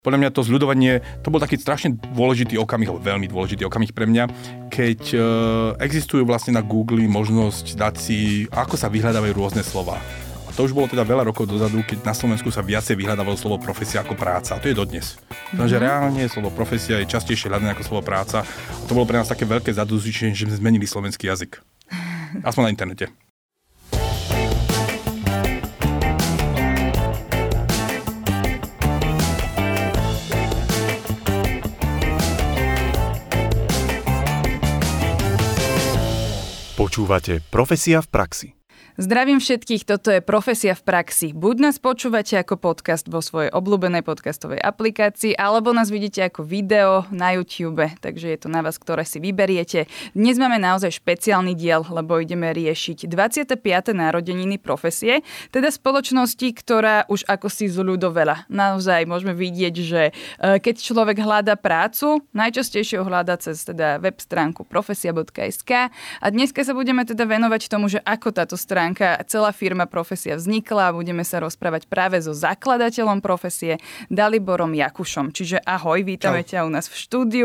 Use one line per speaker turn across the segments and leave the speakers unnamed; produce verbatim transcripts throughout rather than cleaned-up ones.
Podľa mňa to zľudovanie, to bol taký strašne dôležitý okamih, alebo veľmi dôležitý okamih pre mňa, keď e, existujú vlastne na Google možnosť dať si, ako sa vyhľadávajú rôzne slová. A to už bolo teda veľa rokov dozadu, keď na Slovensku sa viacej vyhľadávalo slovo profesia ako práca. A to je dodnes. Pretože mm-hmm. reálne slovo profesia je častejšie hľadané ako slovo práca. A to bolo pre nás také veľké zadúzičenie, že sme zmenili slovenský jazyk. Aspoň na internete.
Počúvate Profesia v praxi.
Zdravím všetkých, toto je Profesia v praxi. Buď nás počúvate ako podcast vo svojej obľúbenej podcastovej aplikácii, alebo nás vidíte ako video na YouTube, takže je to na vás, ktoré si vyberiete. Dnes máme naozaj špeciálny diel, lebo ideme riešiť dvadsiate piate narodeniny profesie, teda spoločnosti, ktorá už ako si zľudovela. Naozaj môžeme vidieť, že keď človek hľadá prácu, najčastejšie ho hľadá cez teda web stránku profesia bodka es ká a dneska sa budeme teda venovať tomu, že ako táto stránka celá firma Profesia vznikla a budeme sa rozprávať práve so zakladateľom Profesie Daliborom Jakušom. Čiže ahoj, vítame Čau. ťa u nás v štúdiu.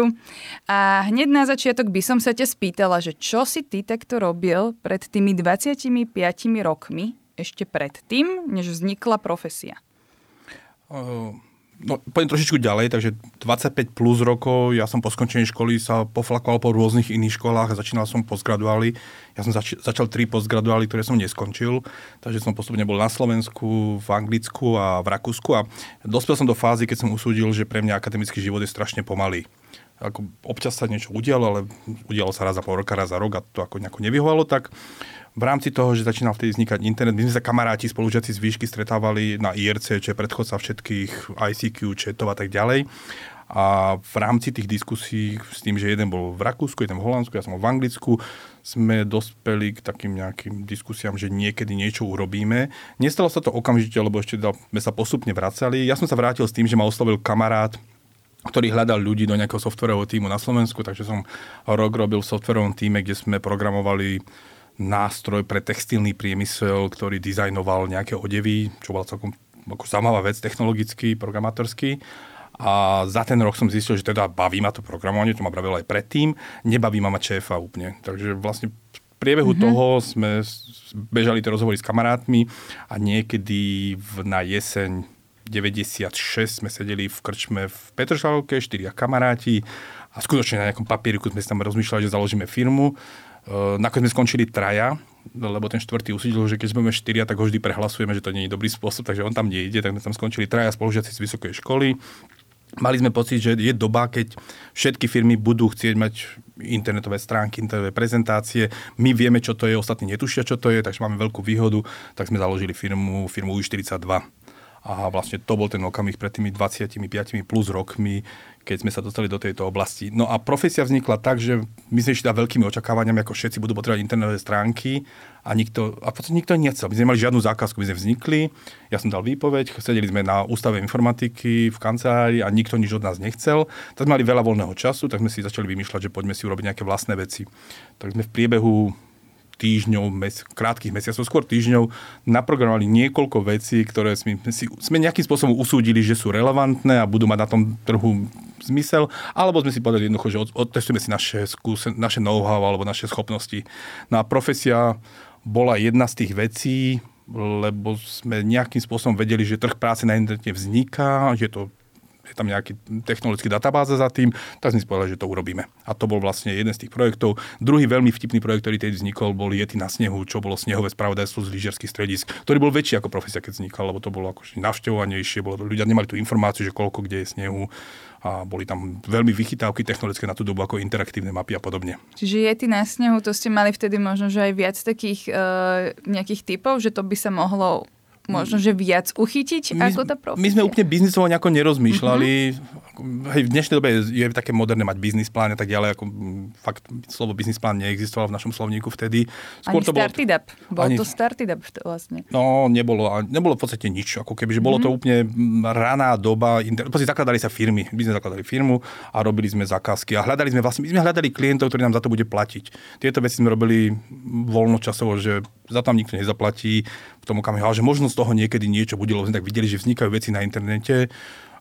A hneď na začiatok by som sa ťa spýtala, že čo si ty takto robil pred tými dvadsiatimi piatimi rokmi, ešte pred tým, než vznikla Profesia?
Uh... No, poďme trošičku ďalej, takže dvadsaťpäť plus rokov, ja som po skončení školy sa poflakoval po rôznych iných školách a začínal som postgraduály. Ja som zač- začal tri postgraduály, ktoré som neskončil, takže som postupne bol na Slovensku, v Anglicku a v Rakúsku a dospel som do fázy, keď som usúdil, že pre mňa akademický život je strašne pomalý. Ako občas sa niečo udialo, ale udialo sa raz za pol roka, raz za rok a to ako nejako nevyhovalo, tak v rámci toho, že začínal vtedy vznikať internet, my sme sa kamaráti, spolužiaci z výšky stretávali na í er cé, čo je predchodca všetkých í sí kjú, chatov a tak ďalej. A v rámci tých diskusí s tým, že jeden bol v Rakúsku, jeden v Holandsku, ja som v Anglicku, sme dospeli k takým nejakým diskusiám, že niekedy niečo urobíme. Nestalo sa to okamžite, lebo ešte sme sa postupne vracali. Ja som sa vrátil s tým, že ma oslovil kamarát, ktorý hľadal ľudí do nejakého softwarového tímu na Slovensku, takže som rok robil v softwarovom tíme, kde sme programovali nástroj pre textilný priemysel, ktorý dizajnoval nejaké odevy, čo bola celkom ako zaujímavá vec, technologický, programátorský. A za ten rok som zistil, že teda baví ma to programovanie, to ma bavilo aj predtým, nebaví ma mať šéfa úplne. Takže vlastne v priebehu mm-hmm. toho sme bežali tie rozhovory s kamarátmi a niekedy v, na jeseň deväťdesiatšesť sme sedeli v krčme v Petržalke, štyria kamaráti a skutočne na nejakom papieriku sme si tam rozmýšľali, že založíme firmu. Nakoniec sme skončili traja, lebo ten štvrtý usúdil, že keď sme štyria, tak ho vždy prehlasujeme, že to nie je dobrý spôsob, takže on tam nejde, tak sme tam skončili traja spolužiaci z vysokej školy. Mali sme pocit, že je doba, keď všetky firmy budú chcieť mať internetové stránky, internetové prezentácie. My vieme, čo to je, ostatní netušia, čo to je, takže máme veľkú výhodu, tak sme založili firmu, firmu ú štyridsaťdva. A vlastne to bol ten okamih pred tými dvadsiatimi piatimi plus rokmi, keď sme sa dostali do tejto oblasti. No a Profesia vznikla tak, že my sme išli veľkými očakávaniami, ako všetci budú potrebovať internetové stránky a nikto, a v podstate nikto nechcel. My sme nemali žiadnu zákazku, my sme vznikli, ja som dal výpoveď, sedeli sme na ústave informatiky v kancelárii a nikto nič od nás nechcel. Tak sme mali veľa voľného času, tak sme si začali vymýšľať, že poďme si urobiť nejaké vlastné veci. Tak sme v priebehu týždňov, mes, krátkych mesiacov, skôr týždňov, naprogramovali niekoľko vecí, ktoré sme, si, sme nejakým spôsobom usúdili, že sú relevantné a budú mať na tom trhu zmysel, alebo sme si povedali jednoducho, že odtestujeme si naše, skúsen, naše know-how alebo naše schopnosti. No a Profesia bola jedna z tých vecí, lebo sme nejakým spôsobom vedeli, že trh práce na internete vzniká, že to je tam nejaký technologický databáza za tým, tak sme si povedali, že to urobíme. A to bol vlastne jeden z tých projektov. Druhý veľmi vtipný projekt, ktorý tedy vznikol, bol Yeti na snehu, čo bolo snehové spravodajstvo z lyžiarskych stredisk, ktorý bol väčší ako Profesia, keď vznikal, lebo to bolo akože navštevovanejšie, bolo, ľudia nemali tú informáciu, že koľko kde je snehu a boli tam veľmi vychytávky technologické na tú dobu ako interaktívne mapy a podobne.
Čiže Yeti na snehu, to ste mali vtedy možno, že aj viac takých uh, nejakých typov, že to by sa mohlo možno, že viac uchytiť
my,
ako tá Profesia?
My sme úplne biznisovo nejako nerozmýšľali. Uh-huh. Hej, v dnešnej dobe je, je také moderné mať biznis plán a tak ďalej. Ako, fakt, slovo biznis plán neexistovalo v našom slovníku vtedy.
Skôr ani to started up. Bol ani, to started up vlastne.
No, nebolo. Nebolo v podstate nič. Ako keby, že bolo uh-huh. to úplne raná doba. Inter... V podstate zakladali sa firmy. My sme zakladali firmu a robili sme zákazky. A hľadali sme vlastne, my sme hľadali klientov, ktorí nám za to bude platiť. Tieto veci sme robili voľnočasovo, že za to nám nikto nezaplatí. V tom okamihu, ale že možno z toho niekedy niečo bude, lebo sme tak videli, že vznikajú veci na internete.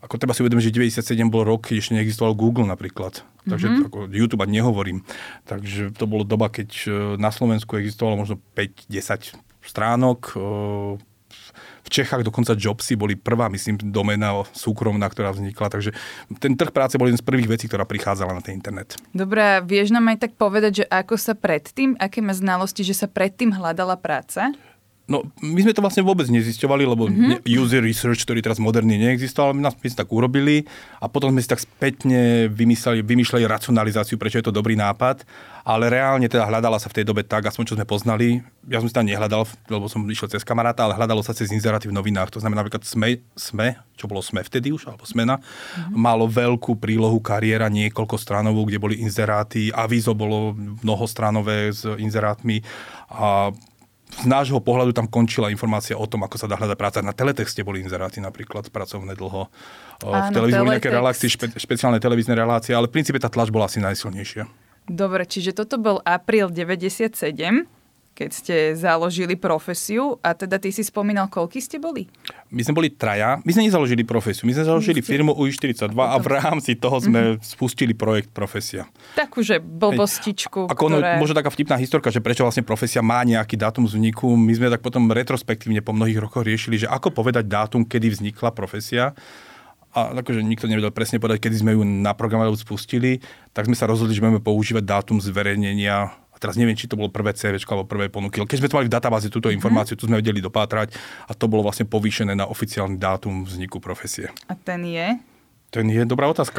ako treba si uvedomiť, že deväťdesiatsedem bol rok, keď ešte neexistoval Google napríklad. Takže mm-hmm. ako YouTube ani nehovorím. Takže to bolo doba, keď na Slovensku existovalo možno päť desať stránok. V Čechách dokonca Jobsy boli prvá, myslím, doména súkromná, ktorá vznikla. Takže ten trh práce bol jeden z prvých vecí, ktorá prichádzala na ten internet.
Dobre, vieš nám aj tak povedať, že ako sa predtým, aké má znalosti, že sa predtým hľadala práca?
No, my sme to vlastne vôbec nezisťovali, lebo mm-hmm. user research, ktorý teraz moderne neexistoval, my sme si tak urobili a potom sme si tak spätne vymysleli, vymýšľali racionalizáciu, prečo je to dobrý nápad, ale reálne teda hľadala sa v tej dobe tak, aspoň čo sme poznali, ja som si tam nehľadal, lebo som išiel cez kamaráta, ale hľadalo sa cez inzeráty v novinách, to znamená napríklad SME, SME čo bolo SME vtedy už, alebo SMENA, mm-hmm. malo veľkú prílohu kariéra, niekoľko stranovú, kde boli inzeráty, avízo bolo mnohostranové s inzerátmi a z nášho pohľadu tam končila informácia o tom, ako sa dá hľadať práca. Na teletexte boli inzeráty napríklad pracovné dlho.
Áno,
v televízii boli nejaké relácie, špe, špeciálne televízne relácie, ale v princípe tá tlač bola asi najsilnejšia.
Dobre, čiže toto bol apríl deväťdesiatsedem, keď ste založili profesiu a teda ty si spomínal, koľký ste boli?
My sme boli traja. My sme nezaložili profesiu. My sme založili ste... firmu U I štyridsaťdva a v rámci toho sme mm-hmm. spustili projekt Profesia.
Takúže blbostičku.
Ako ktoré... možno taká vtipná historka, že prečo vlastne Profesia má nejaký dátum vzniku. My sme tak potom retrospektívne po mnohých rokoch riešili, že ako povedať dátum, kedy vznikla Profesia. A akože nikto nevedel presne povedať, kedy sme ju naprogramovali, spustili, tak sme sa rozhodli, že budeme používať dátum zverejnenia. A teraz neviem, či to bolo prvé cé véčko alebo prvé ponuky. Keď sme to mali v databáze túto informáciu, tu sme vedeli dopátrať a to bolo vlastne povýšené na oficiálny dátum vzniku profesie.
A ten je?
Ten je dobrá otázka.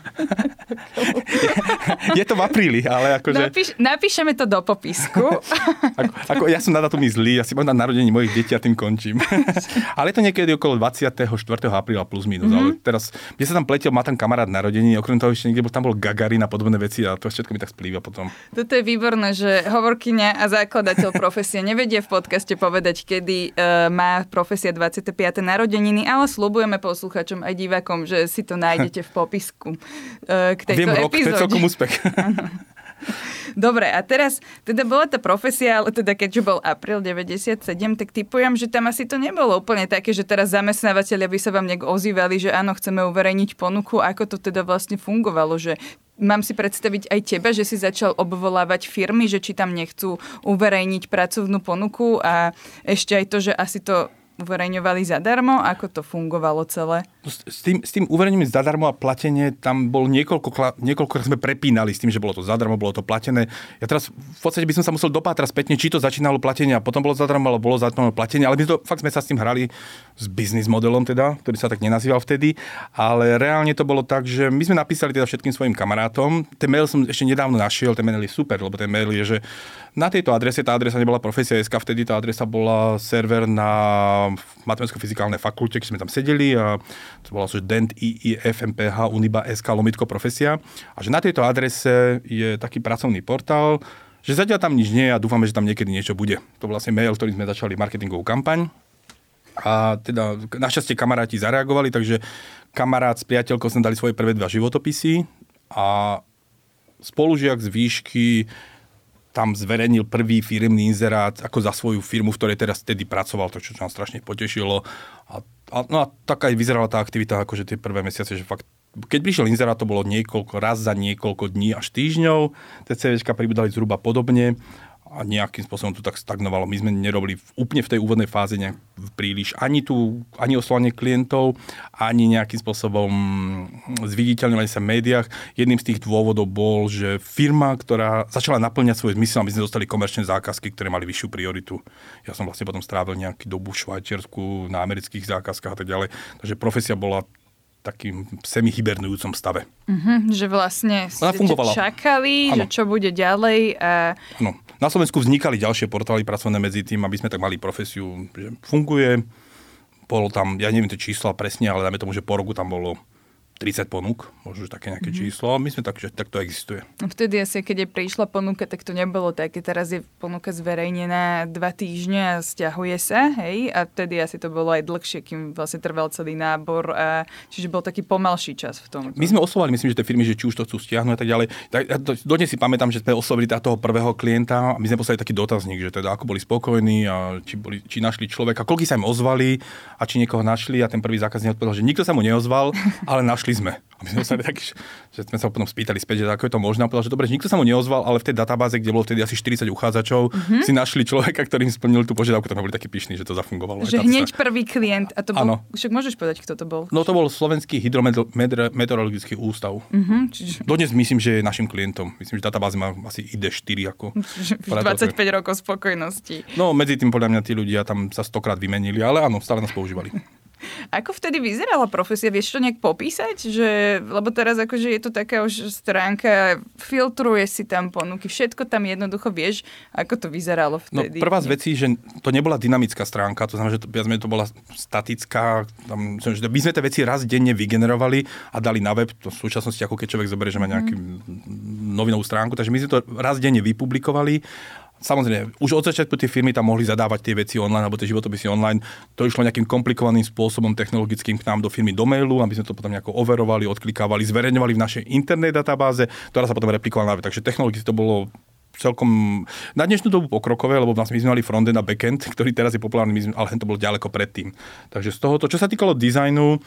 je, je to v apríli, ale akože...
Napíš, napíšeme to do popisku.
ako, ako, ja som na dátumy zlý, ja si poviem na narodení mojich detí a tým končím. ale je to niekedy okolo dvadsiateho štvrtého apríla plus minus. Mm-hmm. Ale teraz, kde sa tam pletel, má tam kamarát narodení, okrem toho ešte niekde, tam bol Gagarin a podobné veci a to všetko mi tak splýva potom.
Toto je výborné, že hovorkyňa a zakladateľ profesie nevedie v podcaste povedať, kedy uh, má profesia dvadsiate piate narodeniny, ale sľubujeme posluchačom aj divákom, že si to nájdete v popisku uh, k tejto
Viem rok,
epizóde.
To je celkom úspech.
Dobre, a teraz, teda bola tá profesia, ale teda keďže bol apríl deväťdesiatsedem, tak typujem, že tam asi to nebolo úplne také, že teraz zamestnávateľia by sa vám nejak ozývali, že áno, chceme uverejniť ponuku, ako to teda vlastne fungovalo, že mám si predstaviť aj teba, že si začal obvolávať firmy, že či tam nechcú uverejniť pracovnú ponuku a ešte aj to, že asi to uverejňovali zadarmo? Ako to fungovalo celé?
S tým, s tým uverejnením zadarmo a platenie, tam bol niekoľko, niekoľko sme prepínali s tým, že bolo to zadarmo, bolo to platené. Ja teraz v podstate by som sa musel dopátrať spätne, či to začínalo platenie a potom bolo zadarmo, alebo bolo zadarmo platenie, ale my to, fakt sme sa s tým hrali s business modelom teda, ktorý sa tak nenazýval vtedy, ale reálne to bolo tak, že my sme napísali teda všetkým svojim kamarátom. Ten mail som ešte nedávno našiel, ten mail je super, lebo ten mail je, že na tejto adrese, tá adresa nebola Profesia bodka es ká, vtedy tá adresa bola server na matematicko-fyzikálnej fakulte, keď sme tam sedeli a to bolo že dent I I F M P H Uniba bodka es ká lomitko Profesia a že na tejto adrese je taký pracovný portál, že zatiaľ tam nič nie je a dúfame, že tam niekedy niečo bude. To bol vlastne mail, ktorý sme začali marketingovú kampaň a teda našťastie kamaráti zareagovali, takže kamarát s priateľkou sme dali svoje prvé dva životopisy a spolužiak z výšky tam zverejnil prvý firemný inzerát ako za svoju firmu, v ktorej teraz vtedy pracoval, to čo nám strašne potešilo. A, a, no a tak aj vyzerala tá aktivita, akože tie prvé mesiace, že fakt, keď prišiel inzerát, to bolo niekoľko, raz za niekoľko dní až týždňov, tie CVčka pribudali zhruba podobne a nejakým spôsobom to tak stagnovalo. My sme nerobili v, úplne v tej úvodnej fáze nejak príliš ani tu, ani oslovanie klientov, ani nejakým spôsobom zviditeľňovanie sa v médiách. Jedným z tých dôvodov bol, že firma, ktorá začala naplňať svoj zmysel, aby sme dostali komerčné zákazky, ktoré mali vyššiu prioritu. Ja som vlastne potom strávil nejakú dobu v Švajčiarsku na amerických zákazkách a tak ďalej. Takže profesia bola takým semi-hibernujúcom stave.
Mm-hmm, že vlastne ste čakali, ano. Že čo bude ďalej. A...
Áno. Na Slovensku vznikali ďalšie portály pracovné medzi tým, aby sme tak mali profesiu, že funguje. Bolo tam, ja neviem tie čísla presne, ale dáme tomu, že po roku tam bolo tridsať ponúk, možno také nejaké mm-hmm. číslo. My sme tak, že tak to existuje.
Vtedy asi, keď je prišla ponuka, tak to nebolo také. Teraz je ponuka zverejnená dva týždne a stiahuje sa, hej? A vtedy asi to bolo aj dlhšie, kým vlastne trval celý nábor. A čiže bol taký pomalší čas v tom.
My sme oslovali, myslím, že tie firmy, že či už to chcú stiahnuť a tak ďalej. Tak, ja to, dodnes si pamätám, že sme oslovili toho prvého klienta a my sme poslali taký dotazník, že teda ako boli spokojní a či, boli, či našli človeka, koľko sa im ozvali a či niekoho našli a ten prvý zákazník odpovedal, že nikto sa mu neozval, ale našli sme. A my sme sa taký, že sme sa potom spýtali späť, že ako je to možné. A povedal, že dobre, že nikto sa mu neozval, ale v tej databáze, kde bolo vtedy asi štyridsať uchádzačov, mm-hmm. si našli človeka, ktorým splnil tú požiadavku, tak boli takí pyšní, že to zafungovalo.
Že hneď prvý klient. A to bol, však môžeš povedať, kto to bol?
No to bol Slovenský hydrometeorologický ústav. Mm-hmm. Čiže... Dodnes myslím, že je našim klientom. Myslím, že databáza má asi í dé štyri ako.
dvadsaťpäť rokov spokojnosti.
No medzi tým podľa mňa tí ľudia tam sa stokrát vymenili, ale áno, stále nás používali.
Ako vtedy vyzerala profesia? Vieš to nejak popísať? Že, lebo teraz akože je to taká už stránka, filtruje si tam ponuky, všetko tam jednoducho vieš, ako to vyzeralo vtedy.
No prvá z vecí, že to nebola dynamická stránka, to znamená, že to, to bola statická, tam, že my sme tie veci raz denne vygenerovali a dali na web, to v súčasnosti ako keď človek zoberie, že má nejakú mm. novinovú stránku, takže my sme to raz denne vypublikovali. Samozrejme, už od začiatku tie firmy tam mohli zadávať tie veci online, alebo tie životopisy online. To išlo nejakým komplikovaným spôsobom technologickým k nám do firmy do mailu, aby sme to potom nejako overovali, odklikávali, zverejňovali v našej internet databáze, ktorá sa potom replikovala na web. Takže technologicky to bolo celkom na dnešnú dobu pokrokové, lebo vlastne my sme mali frontend a backend, ktorý teraz je populárny, ale to bolo ďaleko predtým. Takže z tohoto, čo sa týkalo dizajnu,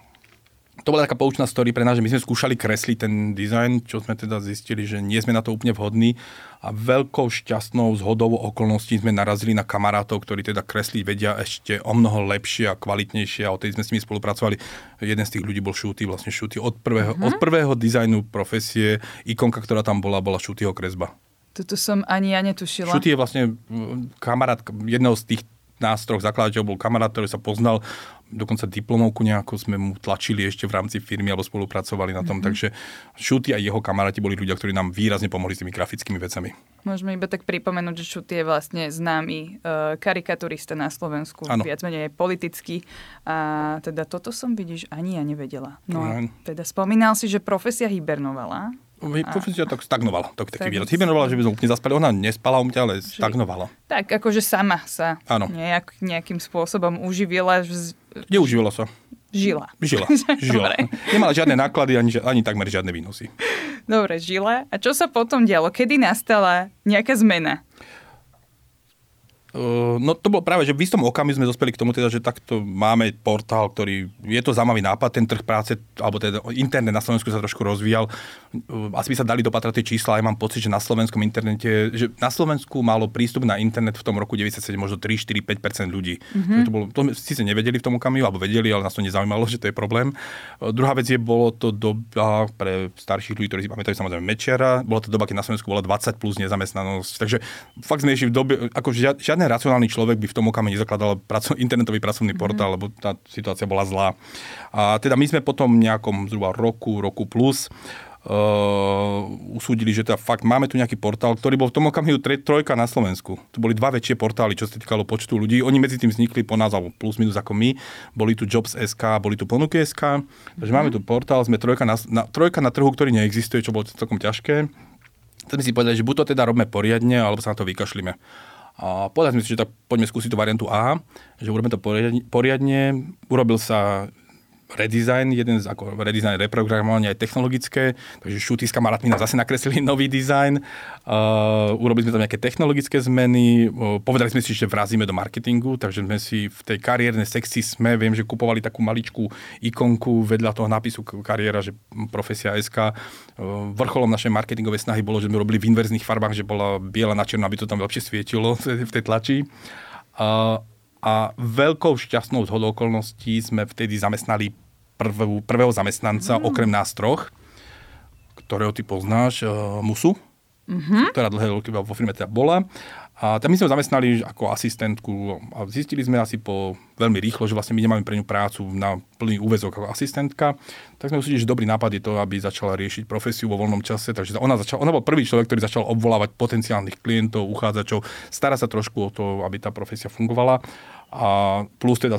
to bola taká poučná story pre nás, že my sme skúšali kresliť ten dizajn, čo sme teda zistili, že nie sme na to úplne vhodní a veľkou šťastnou zhodou okolností sme narazili na kamarátov, ktorí teda kresliť vedia ešte o mnoho lepšie a kvalitnejšie a odtedy sme s nimi spolupracovali. Jeden z tých ľudí bol Šuty, vlastne Šuty. Od prvého, mm-hmm. od prvého dizajnu profesie, ikonka, ktorá tam bola, bola Šutyho kresba.
Toto som ani ja netušila.
Šuty je vlastne kamarát jedného z tých nás troch zakladateľov, bol kamarát, ktorý sa poznal, dokonca diplomovku nejakú sme mu tlačili ešte v rámci firmy alebo spolupracovali na tom, mm-hmm. takže Šuty a jeho kamaráti boli ľudia, ktorí nám výrazne pomohli s tými grafickými vecami.
Môžeme iba tak pripomenúť, že Šuty je vlastne známy uh, karikaturista na Slovensku, ano. Viac menej politický. A teda toto som, vidíš, ani ja nevedela. No a teda spomínal si, že profesia hibernovala.
Profesia tak stagnovala. Tak, taký výraz. Hibernovala, že by som úplne zaspali. Ona nespala umťa, ale stagnovala.
Tak, akože sama sa nejak, nejakým spôsobom uživila. Z...
Neuživila sa.
Žila.
Žila. Žila. Nemala žiadne náklady, ani, ani takmer žiadne výnosy.
Dobre, žila. A čo sa potom dialo? Kedy nastala nejaká zmena?
Uh, no to bolo práve, že v istom okamihu sme dospeli k tomu, teda, že takto máme portál, ktorý, je to zaujímavý nápad, ten trh práce, alebo teda internet na Slovensku sa trošku rozvíjal. Uh, asi by sa dali dopatrať tie čísla, aj mám pocit, že na slovenskom internete, že na Slovensku malo prístup na internet v tom roku deväťdesiatsedem možno tri, štyri, päť percent ľudí. Mm-hmm. To bolo, to síce nevedeli v tom okamihu, alebo vedeli, ale nás to nezaujímalo, že to je problém. Uh, druhá vec je, bolo to doba pre starších ľudí, ktorí si pamätajú samozrejme Mečiara, bola to doba, keď na Slovensku bola dvadsať plus nezamestnanosť. Takže fakt sme ešte v dobe, ako žiadne racionálny človek by v tom okamihu nezakladal praco- internetový pracovný portál, mm-hmm. lebo tá situácia bola zlá. A teda my sme potom nejakom zhruba roku, roku plus uh, usúdili, že teda fakt máme tu nejaký portál, ktorý bol v tom okamihu tre- trojka na Slovensku. Tu boli dva väčšie portály, čo sa týkalo počtu ľudí. Oni medzi tým vznikli po nás, alebo plus minus ako my. Boli tu Jobs bodka es ká, boli tu Ponuky bodka es ká. Takže mm-hmm. máme tu portál, sme trojka na, na, trojka na trhu, ktorý neexistuje, čo bolo celkom ťažké. Tak sme si povedali, že buď to teda robíme poriadne, alebo sa na to vykašlíme. A povedali sme si, že tak poďme skúsiť tú variantu A, že urobíme to poriadne, poriadne. Urobil sa redesign, jeden z ako redesign, reprogramovanie aj technologické, takže Šuty s kamarátmi nás zase nakreslili nový dizajn, uh, urobili sme tam nejaké technologické zmeny, uh, povedali sme si, že vrazíme do marketingu, takže sme si v tej kariérnej sekcii sme, viem, že kupovali takú maličkú ikonku vedľa toho nápisu kariéra, že profesia bodka es ká. Uh, vrcholom našej marketingovej snahy bolo, že sme robili v inverzných farbách, že bola biela na čierno, aby to tam lepšie svietilo v tej tlači. Uh, A veľkou šťastnou zhodou okolností sme vtedy zamestnali prvú, prvého zamestnanca, mm. okrem nás troch, ktorého ty poznáš, uh, Musu, mm-hmm. ktorá dlhé roky vo firme teda bola. A tam my sme ho zamestnali ako asistentku a zistili sme asi po veľmi rýchlo, že vlastne my nemáme pre ňu prácu na plný úväzok ako asistentka. Tak sme usúdili, že dobrý nápad je to, aby začala riešiť profesiu vo voľnom čase. Takže ona, začala, ona bol prvý človek, ktorý začal obvolávať potenciálnych klientov, uchádzačov, stará sa trošku o to, aby tá profesia fungovala. A plus teda sme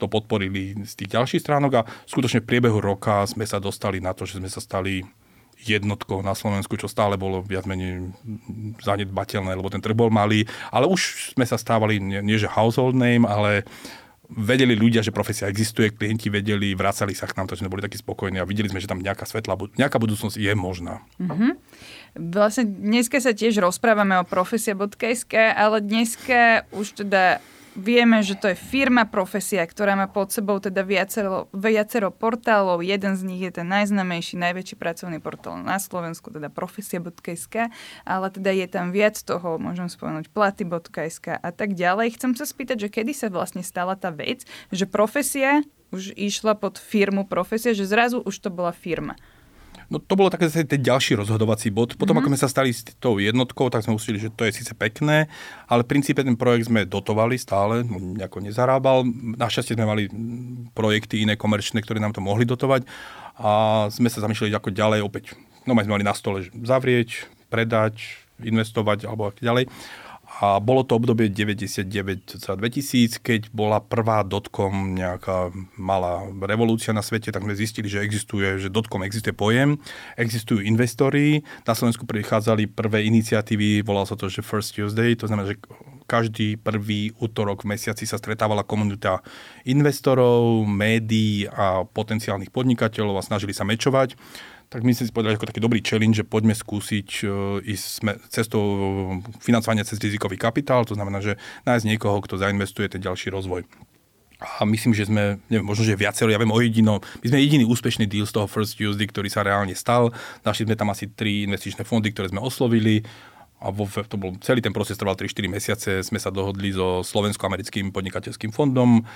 to podporili z tých ďalších stránok a skutočne v priebehu roka sme sa dostali na to, že sme sa stali jednotkou na Slovensku, čo stále bolo viac menej zanedbateľné, lebo ten trh bol malý, ale už sme sa stávali nie, nie že household name, ale vedeli ľudia, že profesia existuje, klienti vedeli, vracali sa k nám, takže sme boli takí spokojní a videli sme, že tam nejaká svetlá, nejaká budúcnosť je možná. Mm-hmm.
Vlastne dneska sa tiež rozprávame o profesia bodka es ká, ale dneska už teda vieme, že to je firma Profesia, ktorá má pod sebou teda viacero, viacero portálov. Jeden z nich je ten najznámejší, najväčší pracovný portál na Slovensku, teda profesia bodka es ká, ale teda je tam viac toho, môžem spomenúť platy bodka es ká a tak ďalej. Chcem sa spýtať, že kedy sa vlastne stala tá vec, že Profesia už išla pod firmu Profesia, že zrazu už to bola firma.
No to bolo také ten ďalší rozhodovací bod. Potom, mm-hmm. ako sme sa stali s tou jednotkou, tak sme usúdili, že to je síce pekné, ale v princípe ten projekt sme dotovali stále, nejako nezarábal. Našťastie sme mali projekty iné komerčné, ktoré nám to mohli dotovať a sme sa zamýšľali ako ďalej opäť. No my sme mali na stole, že zavrieť, predať, investovať alebo ako ďalej. A bolo to obdobie deväťdesiatdeväť dvetisíc, keď bola prvá dotcom nejaká malá revolúcia na svete, tak sme zistili, že existuje, že dotcom existuje pojem, existujú investori. Na Slovensku prichádzali prvé iniciatívy, volalo sa to, že First Tuesday, to znamená, že každý prvý útorok v mesiaci sa stretávala komunita investorov, médií a potenciálnych podnikateľov a snažili sa mečovať. Tak my sme si povedali ako taký dobrý challenge, že poďme skúsiť uh, ísť cestou financovania cez rizikový kapitál, to znamená, že nájsť niekoho, kto zainvestuje ten ďalší rozvoj. A myslím, že sme, neviem, možno, že viacero, ja viem o jedinom, my sme jediný úspešný deal z toho First Tuesday, ktorý sa reálne stal. Našli sme tam asi tri investičné fondy, ktoré sme oslovili. A vo, to bol, celý ten proces trval tri štyri mesiace. Sme sa dohodli so slovensko-americkým podnikateľským fondom,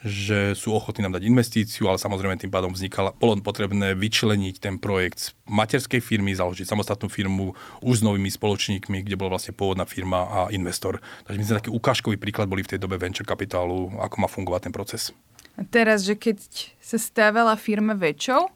že sú ochotní nám dať investíciu, ale samozrejme tým pádom vznikala, bolo potrebné vyčleniť ten projekt z materskej firmy, založiť samostatnú firmu už s novými spoločníkmi, kde bola vlastne pôvodná firma a investor. Takže my sme taký ukážkový príklad boli v tej dobe venture kapitálu, ako má fungovať ten proces.
A teraz, že keď sa stávala firma väčšou,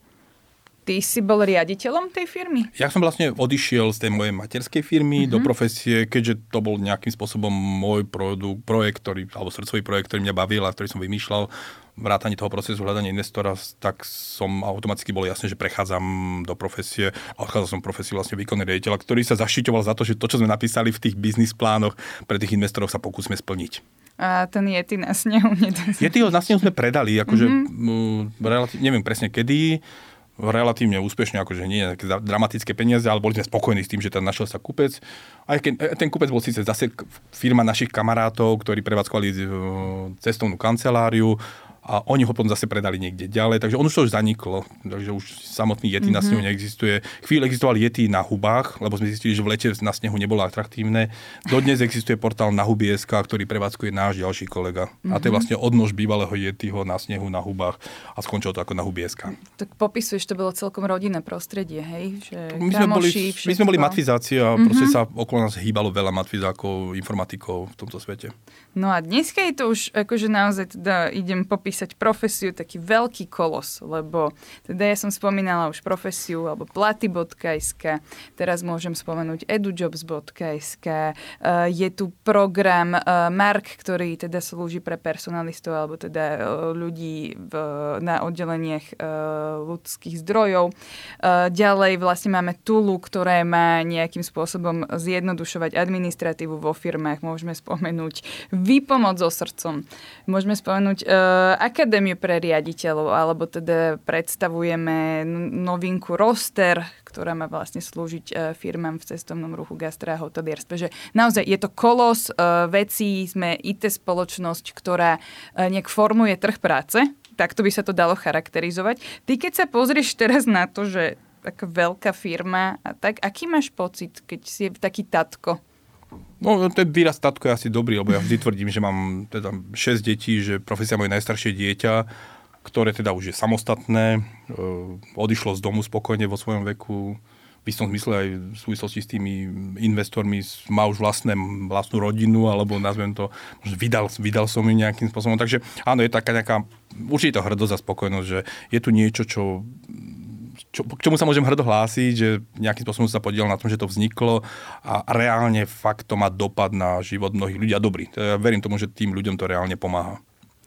ty si bol riaditeľom tej firmy?
Ja som vlastne odišiel z tej mojej materskej firmy mm-hmm. do profesie, keďže to bol nejakým spôsobom môj produkt, projekt, ktorý, alebo srdcový projekt, ktorý mňa bavil a ktorý som vymýšľal, vrátanie toho procesu hľadania investora, tak som automaticky bol jasné, že prechádzam do profesie a odchádzal som profesiu vlastne výkonný riaditeľa, ktorý sa zaštiťoval za to, že to, čo sme napísali v tých biznis plánoch pre tých investorov, sa pokúsme splniť.
A ten Yeti na snehu nedozvedel.
Yeti na snehu sme predali, akože mm-hmm. relatív, neviem presne kedy, relatívne úspešne, akože nie nejaké dramatické peniaze, ale boli sme spokojní s tým, že tam našiel sa kupec. Aj keď ten kupec bol síce zase firma našich kamarátov, ktorí prevádzkovali cestovnú kanceláriu a oni ho potom zase predali niekde ďalej, takže on už to už zaniklo, takže už samotný Yeti mm-hmm. na snehu neexistuje. Chvíľu existoval Yeti na hubách, lebo sme zistili, že v lete na snehu nebolo atraktívne. Dodnes existuje portál nahuby bodka es ká, ktorý prevádzkuje náš ďalší kolega. Mm-hmm. A to je vlastne odnož bývalého Yetiho na snehu na hubách a skončilo to ako nahuby bodka es ká.
Tak popisuješ, to bolo celkom rodinné prostredie, hej? Že
my, sme boli, my sme boli matfizáci a mm-hmm. proste sa okolo nás hýbalo veľa matfizákov, informatikov v tomto svete.
No a dneska je to už akože naozaj teda idem popísať profesiu, taký veľký kolos, lebo teda ja som spomínala už profesiu alebo platy bodka es ká, teraz môžem spomenúť edujobs bodka es ká, uh, je tu program uh, Mark, ktorý teda slúži pre personalistov alebo teda uh, ľudí v, na oddeleniach uh, ľudských zdrojov. Uh, ďalej vlastne máme Tulu, ktoré má nejakým spôsobom zjednodušovať administratívu vo firmách. Môžeme spomenúť Výpomoc so srdcom. Môžeme spomenúť uh, Akadémiu pre riaditeľov, alebo teda predstavujeme novinku Roster, ktorá má vlastne slúžiť uh, firmám v cestovnom ruchu, gastra a hotelierstve. Že naozaj je to kolos uh, vecí, sme í té spoločnosť, ktorá uh, nejak formuje trh práce. Takto by sa to dalo charakterizovať. Ty keď sa pozrieš teraz na to, že taká veľká firma, a tak aký máš pocit, keď si taký tatko?
No, ten výraz tatko je asi dobrý, lebo ja vždy tvrdím, že mám teda šesť detí, že profesia moje najstaršie dieťa, ktoré teda už je samostatné, e, odišlo z domu spokojne vo svojom veku, v istom zmysle aj v súvislosti s tými investormi, má už vlastné, vlastnú rodinu, alebo nazvem to, vydal, vydal som im nejakým spôsobom. Takže áno, je taká nejaká určite hrdosť a spokojnosť, že je tu niečo, čo... Čo, k čomu sa môžem hrdo hlásiť, že nejakým spôsobom sa podielal na tom, že to vzniklo a reálne fakt to má dopad na život mnohých ľudí a dobrý. Ja verím tomu, že tým ľuďom to reálne pomáha.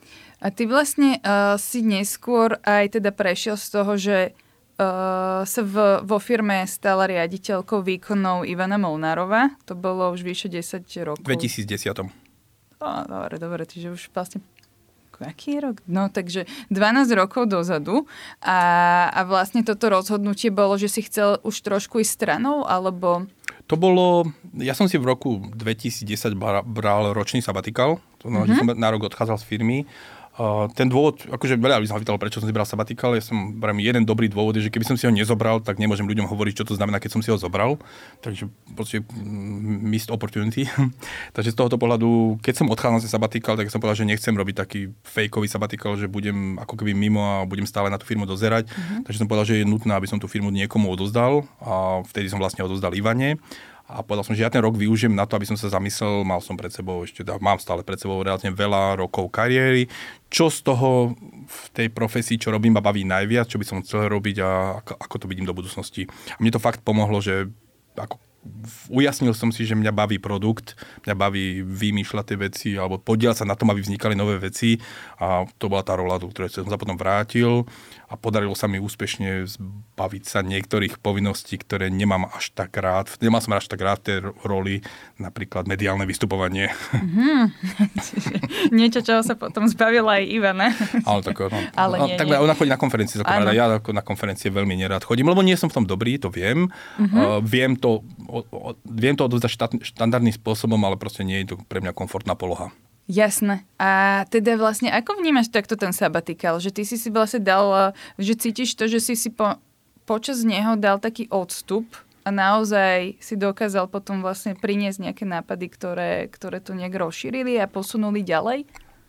A ty vlastne uh, si neskôr aj teda prešiel z toho, že uh, sa v, vo firme stala riaditeľkou výkonnou Ivana Molnárová. To bolo už vyše desať rokov.
V dvetisícdesať.
Ó, dobre, dobre, čiže už vlastne aký je rok? No, takže dvanásť rokov dozadu a, a vlastne toto rozhodnutie bolo, že si chcel už trošku ísť stranou, alebo...
To bolo, ja som si v roku dvetisícdesať bral ročný sabatikál, to znamená, mm-hmm. že som na rok odchádzal z firmy. Uh, ten dôvod, akože veľa by som pýtal, prečo som si bral sabatikál, ja som, brám, jeden dobrý dôvod je, že keby som si ho nezobral, tak nemôžem ľuďom hovoriť, čo to znamená, keď som si ho zobral. Takže proste missed opportunity. Takže z tohoto pohľadu, keď som odchádzal z sabatikál, tak som povedal, že nechcem robiť taký fejkový sabatikál, že budem ako keby mimo a budem stále na tú firmu dozerať. Mm-hmm. Takže som povedal, že je nutné, aby som tú firmu niekomu odozdal a vtedy som vlastne odozdal Ivane. A povedal som, že ja ten rok využijem na to, aby som sa zamyslel, mal som pred sebou ešte, mám stále pred sebou relatívne veľa rokov kariéry, čo z toho v tej profesii, čo robím, ma baví najviac, čo by som chcel robiť a ako, ako to vidím do budúcnosti. A mne to fakt pomohlo, že ako ujasnil som si, že mňa baví produkt, mňa baví vymýšľať tie veci alebo podielať sa na tom, aby vznikali nové veci a to bola tá rola, do ktorej som sa potom vrátil a podarilo sa mi úspešne zbaviť sa niektorých povinností, ktoré nemám až tak rád. Nemal som až tak rád tej roli, napríklad mediálne vystupovanie. Mm-hmm.
Niečo, čoho sa potom zbavila aj Ivana.
Ale tak, no,
Ale
no,
nie,
tak
nie.
ona chodí na konferencie, ja ako na konferencie veľmi nerád chodím, lebo nie som v tom dobrý, to viem. Mm-hmm. Uh, viem to O, o, viem to odovzdať štát, štandardným spôsobom, ale proste nie je to pre mňa komfortná poloha.
Jasné. A teda vlastne, ako vnímaš takto ten sabatikál? Že ty si si vlastne dal, že cítiš to, že si si po, počas neho dal taký odstup a naozaj si dokázal potom vlastne priniesť nejaké nápady, ktoré, ktoré to nejak rozšírili a posunuli ďalej?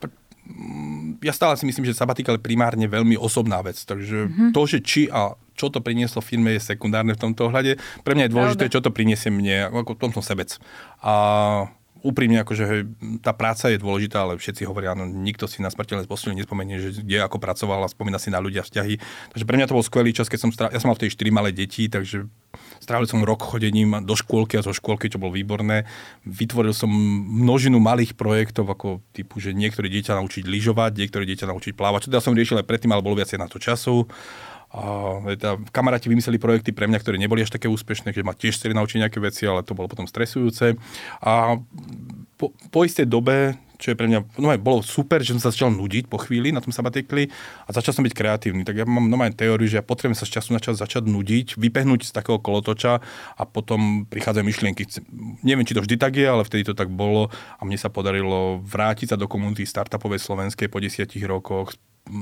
Ja stále si myslím, že sabatikál je primárne veľmi osobná vec. Takže mm-hmm. to, že či a čo to prinieslo v firme, je sekundárne v tomto ohľade. Pre mňa je dôležité, Pravda. Čo to priniesie mne, ako v tomto sebec. A úprimne, akože hej, tá práca je dôležitá, ale všetci hovoria, áno, nikto si na smrteľné posteli nespomenie, že kde ako pracoval a spomína si na ľudia, vzťahy. Takže pre mňa to bol skvelý čas, keď som strávil, ja som mal vtedy štyri malé deti, takže strávil som rok chodením do škôlky a zo škôlky, čo bolo výborné. Vytvoril som množinu malých projektov, ako typu, že niektoré dieťa naučiť lyžovať, niektoré dieťa naučiť plávať. Čo teda som riešil aj predtým, ale bolo viacej na to času. A teda kamaráti vymysleli projekty pre mňa, ktoré neboli až také úspešné, že ma tiež chceli naučiť nejaké veci, ale to bolo potom stresujúce. A po, po istej dobe, čo je pre mňa, no bolo super, že som sa začal nudiť po chvíli na tom sabatikli a začal som byť kreatívny. Tak ja mám normálne teóriu, že ja potrebujem sa z času na čas začať nudiť, vypehnúť z takého kolotoča a potom prichádzajú myšlienky. Neviem, či to vždy tak je, ale vtedy to tak bolo a mne sa podarilo vrátiť sa do komunity startupovej slovenskej po desiatich rokoch.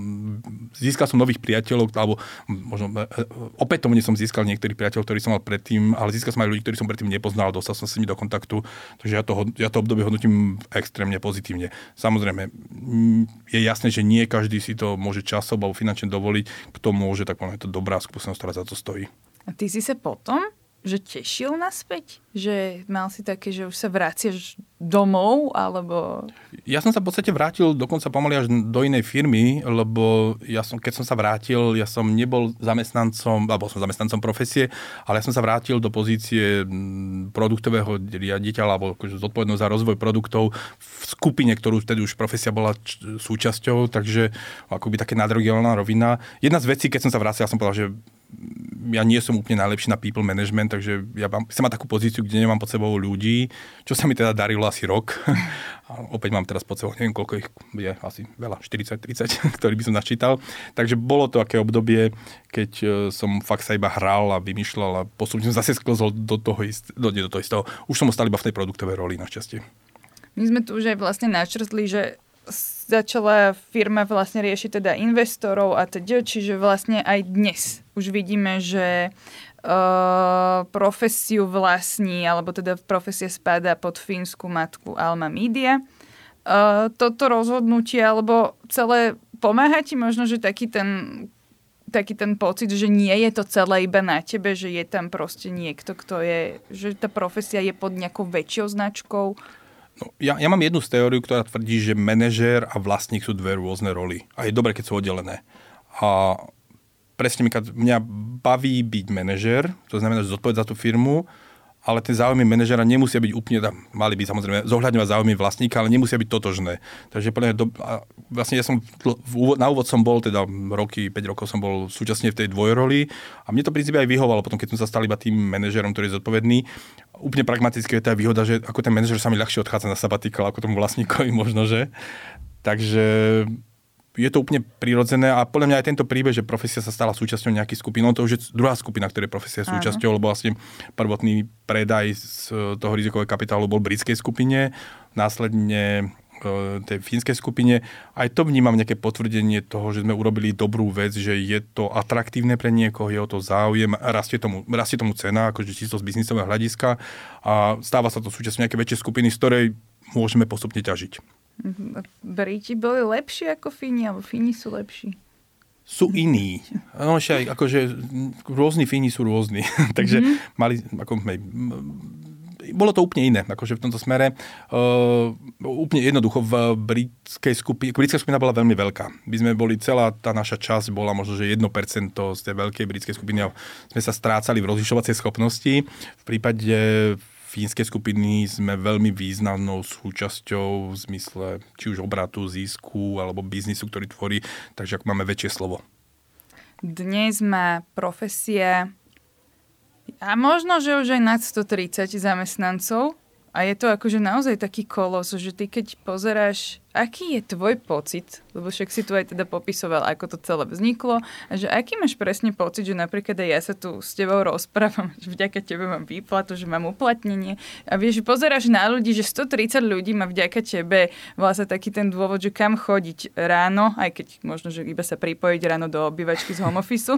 Získal som nových priateľov, alebo možno opätovne som získal niektorých priateľov, ktorí som mal predtým, ale získal som aj ľudí, ktorí som predtým nepoznal, dostal som s nimi do kontaktu, takže ja to, ja to obdobie hodnotím extrémne pozitívne. Samozrejme, je jasné, že nie každý si to môže časovo alebo finančne dovoliť, kto môže, tak je to dobrá skúsenosť, ktorá za to stojí.
A ty si sa potom, že tešil naspäť? Že mal si také, že už sa vraciaš domov, alebo...
Ja som sa v podstate vrátil dokonca pomaly až do inej firmy, lebo ja som, keď som sa vrátil, ja som nebol zamestnancom, alebo som zamestnancom profesie, ale ja som sa vrátil do pozície produktového riaditeľa, alebo akože zodpovednosť za rozvoj produktov v skupine, ktorú vtedy už profesia bola č- súčasťou, takže akoby také nadregionálna rovina. Jedna z vecí, keď som sa vrátil, ja som povedal, že ja nie som úplne najlepší na people management, takže ja mám, som mal takú pozíciu, kde nemám pod sebou ľudí, čo sa mi teda darilo asi rok. A opäť mám teraz pod sebou, neviem koľko ich je, asi veľa, štyridsať tridsať, ktorý by som načítal. Takže bolo to aké obdobie, keď som fakt sa iba hral a vymýšľal a postupne som zase sklzol do toho, ist, do, do toho istého. Už som ostal iba v tej produktovej roli, našťastie.
My sme tu už aj vlastne načrtli, že začala firma vlastne riešiť teda investorov a teda, čiže vlastne aj dnes už vidíme, že uh, profesiu vlastní, alebo teda profesia spadá pod fínsku matku Alma Media. Uh, toto rozhodnutie, alebo celé pomáha ti možno, že taký ten, taký ten pocit, že nie je to celé iba na tebe, že je tam proste niekto, kto je, že tá profesia je pod nejakou väčšou značkou.
No, ja, ja mám jednu z teóriu, ktorá tvrdí, že manažér a vlastník sú dve rôzne roly. A je dobré, keď sú oddelené. A presne mňa baví byť manažér, to znamená, že zodpovedať za tú firmu ale tie záujmy manažera nemusia byť úplne, mali by samozrejme zohľadňovať záujmy vlastníka, ale nemusia byť totožné. Takže podľa mňa, do, vlastne ja som, v úvod, na úvod som bol, teda roky, päť rokov som bol súčasne v tej dvojroli a mne to v princípe aj vyhovalo, potom keď som sa stal iba tým manažerom, ktorý je zodpovedný. Úplne pragmaticky je tá výhoda, že ako ten manažer sa mi ľahšie odchádza na sabatikal, ako tomu vlastníkovi možno, že. Takže je to úplne prirodzené a podľa mňa aj tento príbeh, že profesia sa stala súčasťou nejakých skupín, no to už je druhá skupina, ktorej profesia je súčasťou, lebo vlastne prvotný predaj z toho rizikového kapitálu bol v britskej skupine, následne tej fínskej skupine. Aj to vnímam nejaké potvrdenie toho, že sme urobili dobrú vec, že je to atraktívne pre niekoho, je o to záujem, rastie tomu, rastie tomu cena, akože čisto z biznisového hľadiska a stáva sa to súčasťou nejaké väčšie skupiny, z ktorej môžeme postupne ťažiť.
Briti boli lepší ako Fíni, alebo Fíni sú lepší?
Sú iní. No ešte aj, akože rôzni Fíni sú rôzni. Takže mm-hmm. mali, ako, bolo to úplne iné, akože v tomto smere. Uh, úplne jednoducho v britskej skupine, britská skupina bola veľmi veľká. My sme boli, celá tá naša časť bola možno, že jedno percento z tej veľkej britskej skupiny a sme sa strácali v rozlišovacej schopnosti. V prípade fínskej skupiny sme veľmi významnou súčasťou v zmysle či už obratu, zisku alebo biznisu, ktorý tvorí, takže ako máme väčšie slovo.
Dnes má profesia a možno, že už aj nad stotridsať zamestnancov a je to akože naozaj taký kolos, že ty keď pozeráš, aký je tvoj pocit, lebo však si tu aj teda popisoval, ako to celé vzniklo a že aký máš presne pocit, že napríklad aj ja sa tu s tebou rozprávam, že vďaka tebe mám výplatu, že mám uplatnenie a vieš, že pozeráš na ľudí, že stotridsať ľudí má vďaka tebe vlastne taký ten dôvod, že kam chodiť ráno, aj keď možno, že iba sa pripojiť ráno do obývačky z home officeu,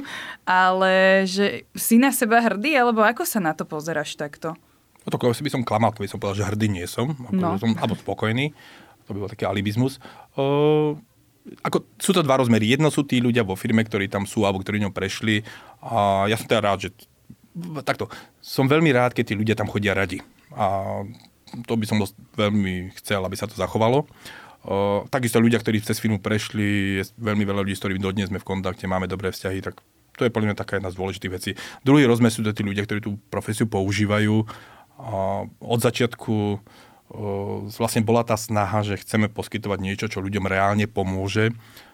ale že si na seba hrdý, alebo ako sa na to pozeráš takto?
No to by som klamal, keby som povedal, že hrdý nie som, ako no. som alebo spokojný. To by bol taký alibizmus. Uh, ako, sú to dva rozmery. Jedno sú tí ľudia vo firme, ktorí tam sú alebo ktorí ňom prešli. A ja som teda rád, že takto. Som veľmi rád, keď tí ľudia tam chodia radi. A to by som dosť veľmi chcel, aby sa to zachovalo. Uh, takisto ľudia, ktorí cez firmu prešli, je veľmi veľa ľudí, s ktorými dodnes sme v kontakte, máme dobré vzťahy, tak to je podľa mňa taká jedna z dôležitých vecí. Druhý rozmer sú to tí ľudia, ktorí tú profesiu používajú. A od začiatku vlastne bola tá snaha, že chceme poskytovať niečo, čo ľuďom reálne pomôže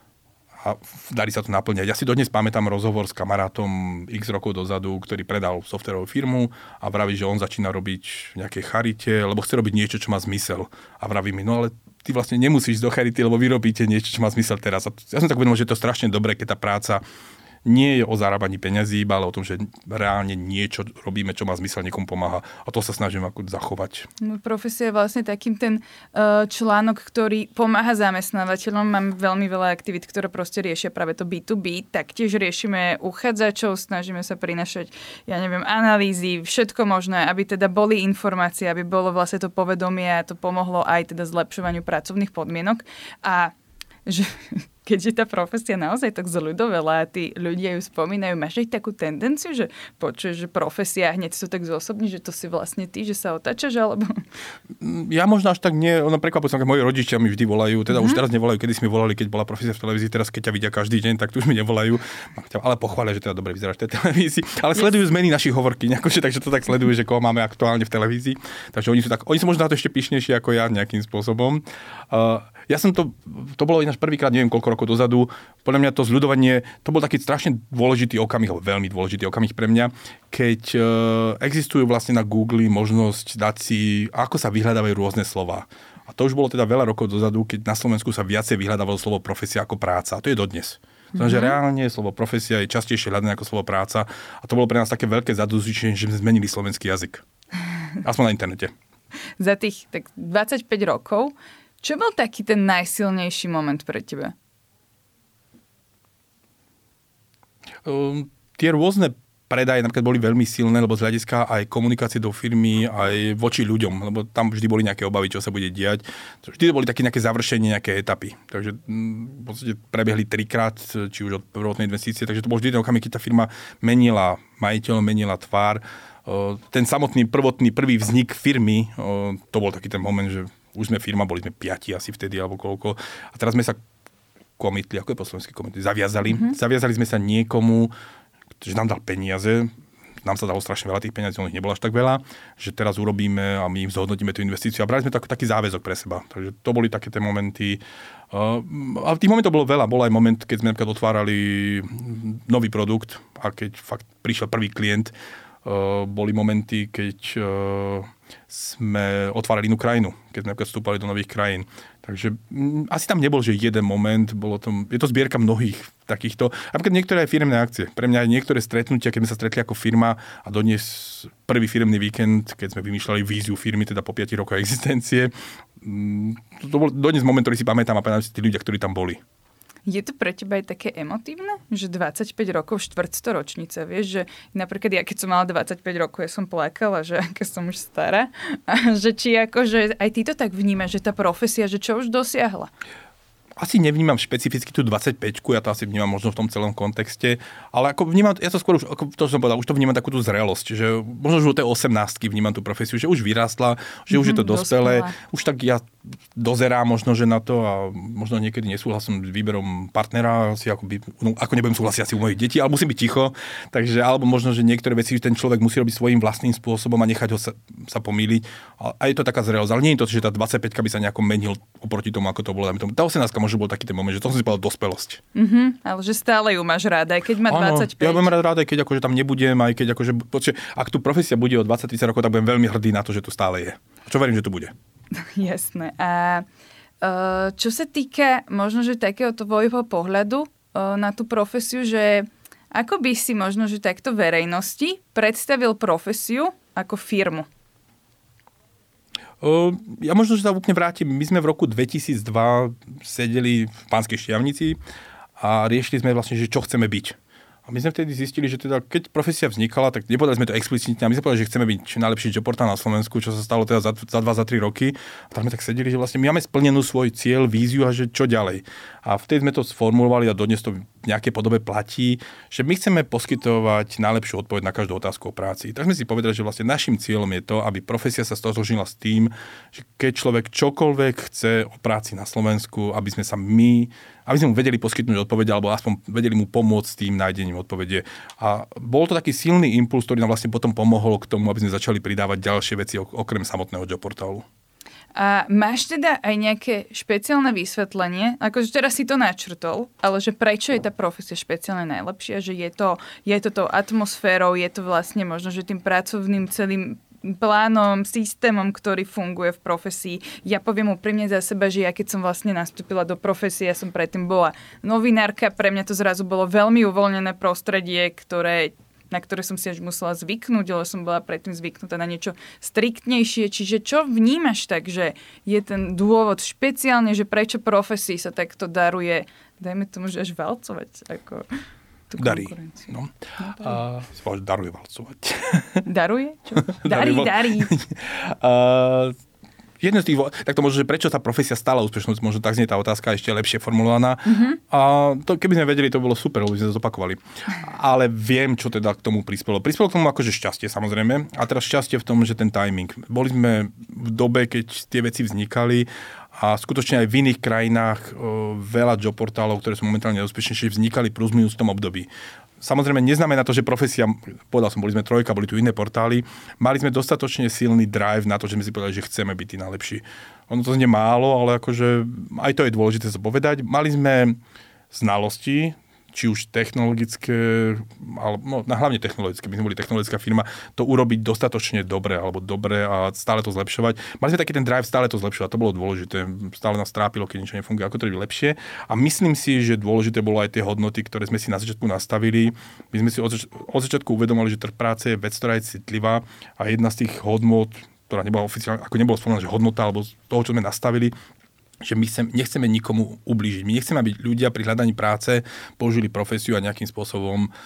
a darí sa to naplňať. Ja si dodnes pamätám rozhovor s kamarátom x rokov dozadu, ktorý predal softwarovú firmu a vraví, že on začína robiť v nejakej charite, lebo chce robiť niečo, čo má zmysel. A vraví mi, no ale ty vlastne nemusíš do charity, lebo vy robíte niečo, čo má zmysel teraz. A ja som tak uvedomil, že to je strašne dobré, keď tá práca nie je o zarábaní peňazí, ale o tom, že reálne niečo robíme, čo má zmysel, niekomu pomáha. A to sa snažím ako zachovať. No,
profesia je vlastne takým ten uh, článok, ktorý pomáha zamestnávateľom. Mám veľmi veľa aktivít, ktoré proste riešia práve to bé dva bé. Taktiež riešime uchádzačov, snažíme sa prinašať, ja neviem, analýzy, všetko možné, aby teda boli informácie, aby bolo vlastne to povedomie a to pomohlo aj teda zlepšovaniu pracovných podmienok. A že keďže tá profesia naozaj tak zľudovela a tí ľudia ju spomínajú, máš aj takú tendenciu, že počuješ, že profesia hneď to tak zosobní, že to si vlastne ty, že sa otáčaš, alebo...
Ja možno až tak nie, ono prekvapuje som, keď moji rodičia mi vždy volajú, teda mm-hmm. už teraz nevolajú, kedy si mi volali, keď bola profesia v televízii, teraz keď ťa vidia každý deň, tak tu už mi nevolajú, ale pochvália, že teda dobre vyzeráš v tej televízii, ale yes. Sledujú zmeny našich hovorkyň, akože, takže to tak sledujú, že koho máme aktuálne v televízii, takže oni sú tak, oni sú možno na to ešte pyšnejší ako ja nejakým spôsobom. Uh, Ja som to, to bolo ináč prvýkrát, neviem koľko rokov dozadu, podľa mňa to zľudovanie, to bol taký strašne dôležitý okamih, alebo veľmi dôležitý okamih pre mňa, keď e, existujú vlastne na Google možnosť dať si, ako sa vyhľadávajú rôzne slova. A to už bolo teda veľa rokov dozadu, keď na Slovensku sa viacej vyhľadávalo slovo profesia ako práca. A to je dodnes. Mm-hmm. Takže reálne slovo profesia je častejšie hľadané ako slovo práca. A to bolo pre nás také veľké zadozučenie, že sme zmenili slovenský jazyk. Aspoň na internete.
Za tých tak dvadsaťpäť rokov čo bol taký ten najsilnejší moment pre teba?
Um, tie rôzne predaje napríklad boli veľmi silné, lebo z hľadiska aj komunikácie do firmy, aj voči ľuďom, lebo tam vždy boli nejaké obavy, čo sa bude diať. Vždy to boli také nejaké završenie, nejaké etapy. Takže v podstate prebiehli trikrát, či už od prvotnej investície, takže to bol vždy ten okamih, keď tá firma menila majiteľ, menila tvár. Ten samotný prvotný prvý vznik firmy, to bol taký ten moment, že už sme firma, boli sme piati asi vtedy, alebo koľko. A teraz sme sa komitli, ako je po slovensky komitli, zaviazali. Mm-hmm. Zaviazali sme sa niekomu, že nám dal peniaze, nám sa dalo strašne veľa tých peniazí, on ich nebolo až tak veľa, že teraz urobíme a my im zhodnotíme tú investíciu a brali sme to ako taký záväzok pre seba. Takže to boli také tie momenty. Uh, a tých momentov bolo veľa. Bol aj moment, keď sme napríklad otvárali nový produkt a keď fakt prišiel prvý klient, uh, boli momenty, keď uh, sme otvárali inú krajinu, keď sme napríklad vstúpali do nových krajín. Takže m, asi tam nebol, že jeden moment, bolo to, je to zbierka mnohých takýchto, napríklad niektoré aj firemné akcie. Pre mňa aj niektoré stretnutia, keď sme sa stretli ako firma a donies prvý firemný víkend, keď sme vymýšľali víziu firmy, teda po piatich rokoch existencie, m, to, to bol donies moment, ktorý si pamätám a pamätám si tí ľudia, ktorí tam boli.
Je to pre teba aj také emotívne, že dvadsaťpäť rokov, štvrťstoročnica, vieš, že napríklad ja, keď som mala dvadsaťpäť rokov, ja som plakala, že aká som už stará, a že či akože aj ty to tak vnímaš, že tá profesia, že čo už dosiahla?
Asi nevnímam špecificky tú dvadsaťpäťku, ja to asi vnímam možno v tom celom kontexte, ale ako vnímam, ja to skôr už, ako to som povedal, už to vnímam takú tú zrelosť, že možno už od tej osemnástky vnímam tú profesiu, že už vyrástla, že mm-hmm, už je to dospelé, už tak ja dozerám možno, že na to a možno niekedy nesúhlasím s výberom partnera, asi ako, by, no, ako nebudem súhlasiť asi u mojich detí, ale musím byť ticho, takže alebo možno, že niektoré veci ten človek musí robiť svojím vlastným spôsobom a nechať ho sa, sa pomýliť. A, a je to taká zrelosť, ale nie je to, že tá dvadsaťpäťka by sa nejako menil oproti tomu, ako to bolo. Tá osemnástka možno bol taký ten moment, že to som si povedal dospelosť.
Mm-hmm, ale že stále ju máš ráda, aj keď má dvadsaťpäť.
Ja budem rád rád, aj keď akože tam nebudem, aj keď akože, počuť, ak tu profesia bude o dvadsať tridsať rokov, tak budem veľmi hrdý na to, že tu stále je. A čo verím, že tu bude.
Jasné. A uh, čo sa týka možno, že takého tvojho pohľadu uh, na tú profesiu, že ako by si možno, že takto verejnosti predstavil profesiu ako firmu?
Uh, ja možno, že sa úplne vrátim. My sme v roku dvetisícdva sedeli v Banskej Štiavnici a riešili sme vlastne, že čo chceme byť. A my sme vtedy zistili, že teda, keď profesia vznikala, tak nepovedali sme to explicitne, a my sme povedali, že chceme byť najlepší jobportál na Slovensku, čo sa stalo teda za, za dva, za tri roky. A tam sme tak sedeli, že vlastne my máme splnenú svoj cieľ, víziu a že čo ďalej. A vtedy sme to sformulovali a dodnes to v nejakej podobe platí, že my chceme poskytovať najlepšiu odpoveď na každú otázku o práci. Tak sme si povedali, že vlastne našim cieľom je to, aby profesia sa stotožnila s tým, že keď človek čokoľvek chce o práci na Slovensku, aby sme sa my aby sme mu vedeli poskytnúť odpovede, alebo aspoň vedeli mu pomôcť s tým nájdením odpovede. A bol to taký silný impuls, ktorý nám vlastne potom pomohol k tomu, aby sme začali pridávať ďalšie veci okrem samotného jobportálu.
A máš teda aj nejaké špeciálne vysvetlenie, akože teraz si to načrtol, ale že prečo je tá profesia špeciálne najlepšia, že je to, je to tou atmosférou, je to vlastne možno, že tým pracovným celým plánom, systémom, ktorý funguje v profesii. Ja poviem úprimne za seba, že ja keď som vlastne nastúpila do profesie, ja som predtým bola novinárka, pre mňa to zrazu bolo veľmi uvoľnené prostredie, ktoré, na ktoré som si až musela zvyknúť, ale som bola predtým zvyknutá na niečo striktnejšie. Čiže čo vnímaš tak, že je ten dôvod špeciálne, že prečo profesii sa takto daruje, dajme tomu, že až valcovať, ako...
Darí. No. No, uh, daruje valcovať.
Daruje? Čo? Darí, darí.
uh, Jedno z tých, tak to možno, že prečo tá profesia stala úspešnosť, možno tak znie tá otázka ešte lepšie formulovaná. Uh-huh. A to, keby sme vedeli, to bolo super, lebo by sme to zopakovali. Ale viem, čo teda k tomu prispelo. Prispelo k tomu akože šťastie, samozrejme. A teraz šťastie v tom, že ten timing. Boli sme v dobe, keď tie veci vznikali a skutočne aj v iných krajinách o, veľa jobportálov, ktoré sú momentálne úspešnejšie, vznikali plus minus v tom období. Samozrejme, neznamená to, že profesia, povedal som, boli sme trojka, boli tu iné portály, mali sme dostatočne silný drive na to, že sme si povedali, že chceme byť tí najlepší. Ono to znie málo, ale akože aj to je dôležité sa povedať. Mali sme znalosti, či už technologické, ale no, hlavne technologické, my sme boli technologická firma, to urobiť dostatočne dobre, alebo dobre a stále to zlepšovať. Mali sme taký ten drive stále to zlepšovať, to bolo dôležité. Stále nás trápilo, keď niečo nefunguje, ako to robiť lepšie. A myslím si, že dôležité bolo aj tie hodnoty, ktoré sme si na začiatku nastavili. My sme si od, zač- od začiatku uvedomili, že trh práce je vec, ktorá je citlivá a jedna z tých hodnot, ktorá nebola oficiálne, ako nebolo spomínané, že hodnota alebo z toho, čo sme nastavili, že my chcem, nechceme nikomu ublížiť. My nechceme, aby ľudia pri hľadaní práce použili profesiu a nejakým spôsobom e,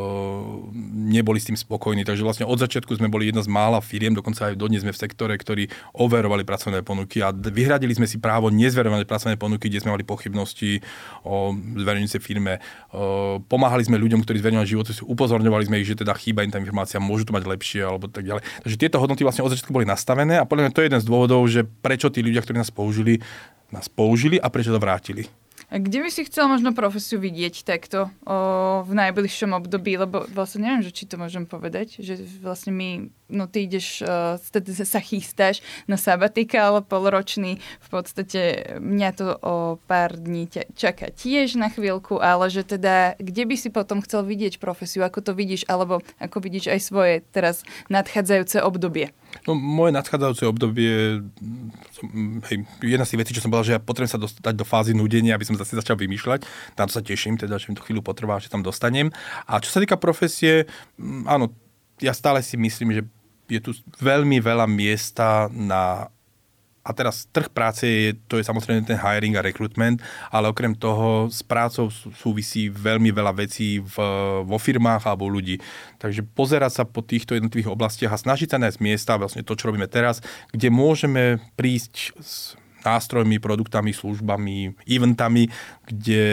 neboli s tým spokojní. Takže vlastne od začiatku sme boli jedna z mála firiem, dokonca aj dodnes sme v sektore, ktorí overovali pracovné ponuky a vyhradili sme si právo nezverejňovať pracovné ponuky, kde sme mali pochybnosti o zverejňujúcej firme. E, pomáhali sme ľuďom, ktorí zverejňovali životy, upozorňovali sme ich, že teda chýba im tá informácia, môžu to mať lepšie alebo tak ďalej. Takže tieto hodnoty vlastne od začiatku boli nastavené a podľa mňa to je jeden z dôvodov, že prečo tí ľudia, ktorí nás použili, nás použili a prečo to vrátili.
A kde by si chcel možno profesiu vidieť takto o, v najbližšom období? Lebo vlastne neviem, že či to môžem povedať, že vlastne my, no ty ideš, uh, teda sa chystáš na sabatikál polročný, v podstate mňa to o pár dní čaká tiež na chvíľku, ale že teda, kde by si potom chcel vidieť profesiu, ako to vidíš, alebo ako vidíš aj svoje teraz nadchádzajúce obdobie?
No, moje nadchádzajúce obdobie, hej, jedna z tých vecí, čo som povedal, že ja potrebujem sa dostať do fázy nudenia, aby som zase začal vymýšľať. Tam sa teším, teda, že mi to chvíľu potrvá, že tam dostanem. A čo sa týka profesie, áno, ja stále si myslím, že je tu veľmi veľa miesta na... A teraz trh práce, je, to je samozrejme ten hiring a recruitment, ale okrem toho s prácou súvisí veľmi veľa vecí v, vo firmách alebo ľudí. Takže pozerať sa po týchto jednotlivých oblastiach a snažiť sa nájsť miesta, vlastne to, čo robíme teraz, kde môžeme prísť s nástrojmi, produktami, službami, eventami, kde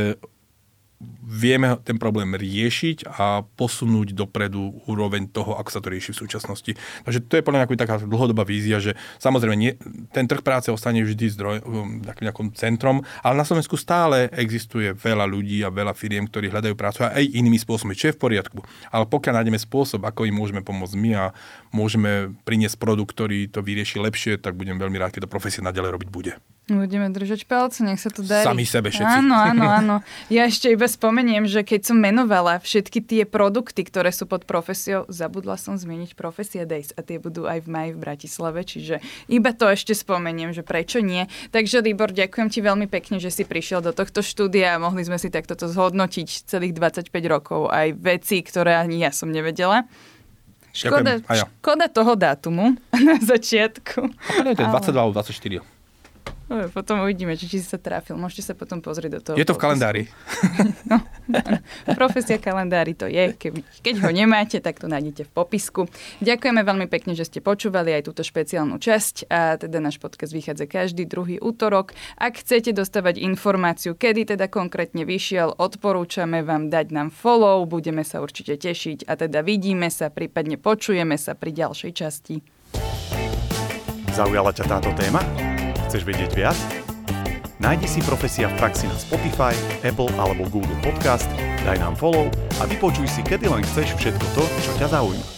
vieme ten problém riešiť a posunúť dopredu úroveň toho, ako sa to rieši v súčasnosti. Takže to je podľa mňa taká dlhodobá vízia, že samozrejme nie, ten trh práce ostane vždy zdroj, takým nejakým centrom, ale na Slovensku stále existuje veľa ľudí a veľa firiem, ktorí hľadajú prácu a aj inými spôsobmi, čo je v poriadku. Ale pokiaľ nájdeme spôsob, ako im môžeme pomôcť my a môžeme priniesť produkt, ktorý to vyrieši lepšie, tak budem veľmi rád, keď to profesia naďalej robiť bude.
Budeme držať palce, nech sa to darí.
Sami sebe všetci.
Áno, áno, áno. Ja ešte iba spomeniem, že keď som menovala všetky tie produkty, ktoré sú pod profesiou, zabudla som zmieniť Profesia Days a tie budú aj v máji v Bratislave, čiže iba to ešte spomeniem, že prečo nie. Takže Libor, ďakujem ti veľmi pekne, že si prišiel do tohto štúdia a mohli sme si takto to zhodnotiť celých dvadsaťpäť rokov, aj veci, ktoré ani ja som nevedela. Škoda, ja. škoda toho dátumu na začiatku.
Ale to je dvadsaťdva alebo dvadsaťštyri.
Potom uvidíme, či, či si sa trafil. Môžete sa potom pozrieť do toho.
Je to v kalendári.
No, Profesia kalendári to je. Keď, keď ho nemáte, tak to nájdete v popisku. Ďakujeme veľmi pekne, že ste počúvali aj túto špeciálnu časť. A teda náš podcast vychádza každý druhý útorok. Ak chcete dostávať informáciu, kedy teda konkrétne vyšiel, odporúčame vám dať nám follow. Budeme sa určite tešiť a teda vidíme sa, prípadne počujeme sa pri ďalšej časti.
Zaujala ťa táto téma? Chceš vedieť viac? Nájdi si Profesia v praxi na Spotify, Apple alebo Google Podcast, daj nám follow a vypočuj si, kedy len chceš všetko to, čo ťa zaujíma.